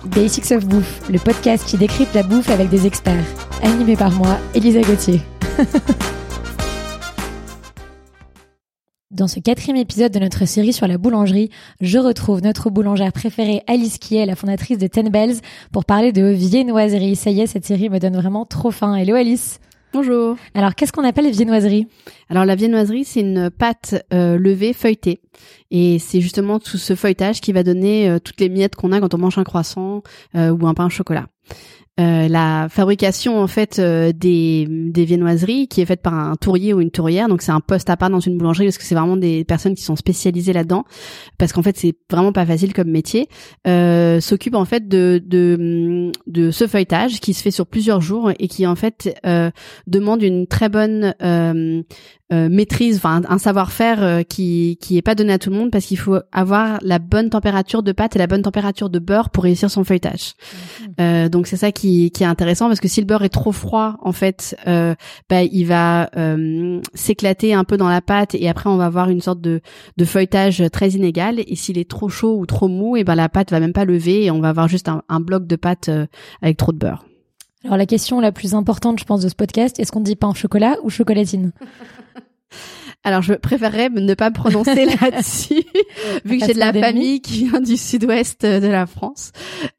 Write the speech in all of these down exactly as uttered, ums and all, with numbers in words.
Basics of Bouffe, le podcast qui décrypte la bouffe avec des experts. Animé par moi, Elisa Gauthier. Dans ce quatrième épisode de notre série sur la boulangerie, je retrouve notre boulangère préférée Alice qui est la fondatrice de Ten Bells pour parler de viennoiserie. Ça y est, cette série me donne vraiment trop faim. Hello Alice. Bonjour. Alors, qu'est-ce qu'on appelle viennoiserie ? Alors, la viennoiserie, c'est une pâte euh, levée feuilletée. Et c'est justement tout ce feuilletage qui va donner euh, toutes les miettes qu'on a quand on mange un croissant euh, ou un pain au chocolat. Euh, la fabrication en fait euh, des des viennoiseries qui est faite par un tourrier ou une tourrière, donc c'est un poste à part dans une boulangerie parce que c'est vraiment des personnes qui sont spécialisées là-dedans, parce qu'en fait c'est vraiment pas facile comme métier. Euh, s'occupe en fait de de de ce feuilletage qui se fait sur plusieurs jours et qui en fait euh, demande une très bonne euh, euh, maîtrise, enfin un, un savoir-faire euh, qui qui est pas donné à tout le monde, parce qu'il faut avoir la bonne température de pâte et la bonne température de beurre pour réussir son feuilletage. Mmh. Euh, donc c'est ça qui Qui, qui est intéressant, parce que si le beurre est trop froid, en fait, euh, bah, il va euh, s'éclater un peu dans la pâte et après on va avoir une sorte de, de feuilletage très inégal. Et s'il est trop chaud ou trop mou, et ben la pâte va même pas lever et on va avoir juste un, un bloc de pâte euh, avec trop de beurre. Alors la question la plus importante, je pense, de ce podcast, est-ce qu'on dit pain au chocolat ou chocolatine ? Alors, je préférerais ne pas me prononcer là-dessus, vu que j'ai de la famille qui vient du sud-ouest de la France.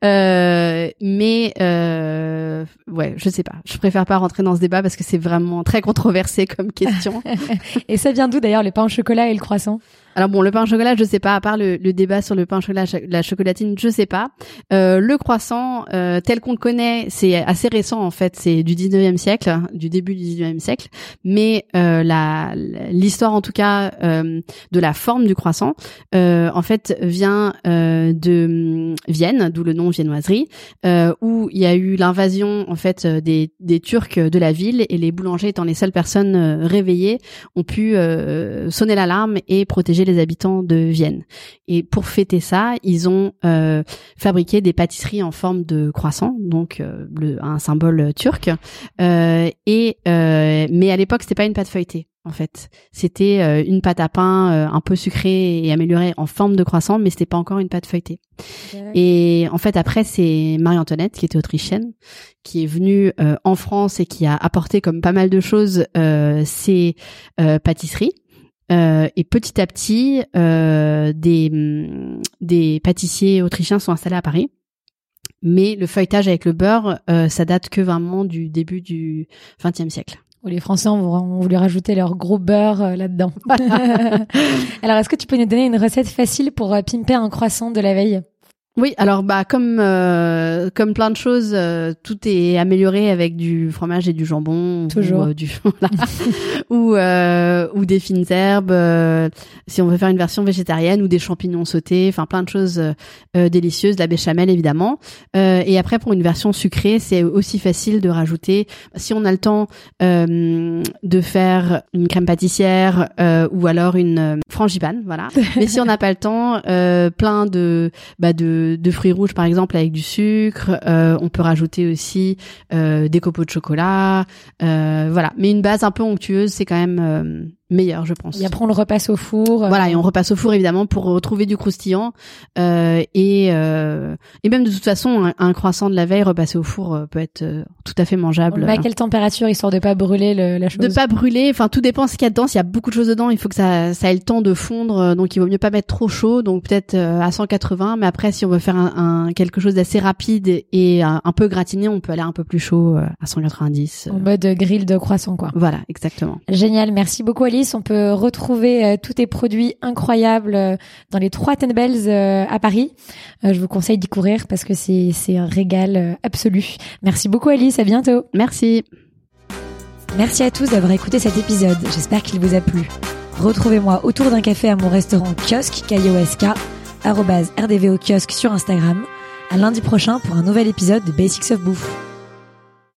Euh, mais, euh, ouais, je sais pas. Je préfère pas rentrer dans ce débat parce que c'est vraiment très controversé comme question. Et ça vient d'où d'ailleurs, le pain au chocolat et le croissant ? Alors bon, le pain au chocolat, je sais pas, à part le, le débat sur le pain au chocolat, la chocolatine, je sais pas. Euh, le croissant, euh, tel qu'on le connaît, c'est assez récent en fait, c'est du dix-neuvième siècle, du début du dix-neuvième siècle. Mais euh, la l'histoire en tout cas euh, de la forme du croissant, euh, en fait, vient euh, de Vienne, d'où le nom viennoiserie, euh, où il y a eu l'invasion en fait des des Turcs de la ville, et les boulangers, étant les seules personnes euh, réveillées, ont pu euh, sonner l'alarme et protéger les habitants de Vienne. Et pour fêter ça, ils ont euh, fabriqué des pâtisseries en forme de croissant, donc euh, le, un symbole turc. Euh, et euh, mais à l'époque, c'était pas une pâte feuilletée. En fait, c'était euh, une pâte à pain euh, un peu sucrée et améliorée en forme de croissant, mais c'était pas encore une pâte feuilletée. Okay. Et en fait, après, c'est Marie-Antoinette, qui était autrichienne, qui est venue euh, en France et qui a apporté, comme pas mal de choses, euh, ces euh, pâtisseries. Euh, et petit à petit, euh, des, des pâtissiers autrichiens sont installés à Paris. Mais le feuilletage avec le beurre, euh, ça date que vraiment du début du vingtième siècle. Où les Français ont voulu rajouter leur gros beurre euh, là-dedans. Alors, est-ce que tu peux nous donner une recette facile pour euh, pimper un croissant de la veille ? Oui, alors bah comme euh, comme plein de choses, euh, tout est amélioré avec du fromage et du jambon, toujours, ou, euh, du voilà, ou euh, ou des fines herbes, euh, si on veut faire une version végétarienne, ou des champignons sautés, enfin plein de choses euh, délicieuses, de la béchamel évidemment. Euh, et après, pour une version sucrée, c'est aussi facile de rajouter, si on a le temps, euh, de faire une crème pâtissière euh, ou alors une euh, frangipane, voilà. Mais si on n'a pas le temps, euh, plein de bah de de fruits rouges par exemple avec du sucre, euh, on peut rajouter aussi euh, des copeaux de chocolat, euh, voilà, mais une base un peu onctueuse, c'est quand même euh, meilleur, je pense. Et après on le repasse au four. Euh... Voilà, et on repasse au four évidemment pour retrouver du croustillant, euh, et euh, et même de toute façon un, un croissant de la veille repassé au four euh, peut être euh, tout à fait mangeable. On le met à quelle température histoire de pas brûler le, la chose ? De pas brûler, enfin tout dépend ce qu'il y a dedans. S'il y a beaucoup de choses dedans, il faut que ça ça ait le temps de fondre, donc il vaut mieux pas mettre trop chaud, donc peut-être euh, à cent quatre-vingts. Mais après, si on veut faire un, un quelque chose d'assez rapide et un, un peu gratiné, on peut aller un peu plus chaud euh, à cent quatre-vingt-dix. Euh. En mode grill de croissant, quoi. Voilà, exactement. Génial, merci beaucoup Alice. On peut retrouver euh, tous tes produits incroyables euh, dans les trois Ten Bells euh, à Paris. Euh, je vous conseille d'y courir parce que c'est c'est un régal euh, absolu. Merci beaucoup Alice, à bientôt. Merci. Merci à tous d'avoir écouté cet épisode. J'espère qu'il vous a plu. Retrouvez-moi autour d'un café à mon restaurant Kiosque, K I O S K, arobase R D V O Kiosque sur Instagram. À lundi prochain pour un nouvel épisode de Basics of Bouffe.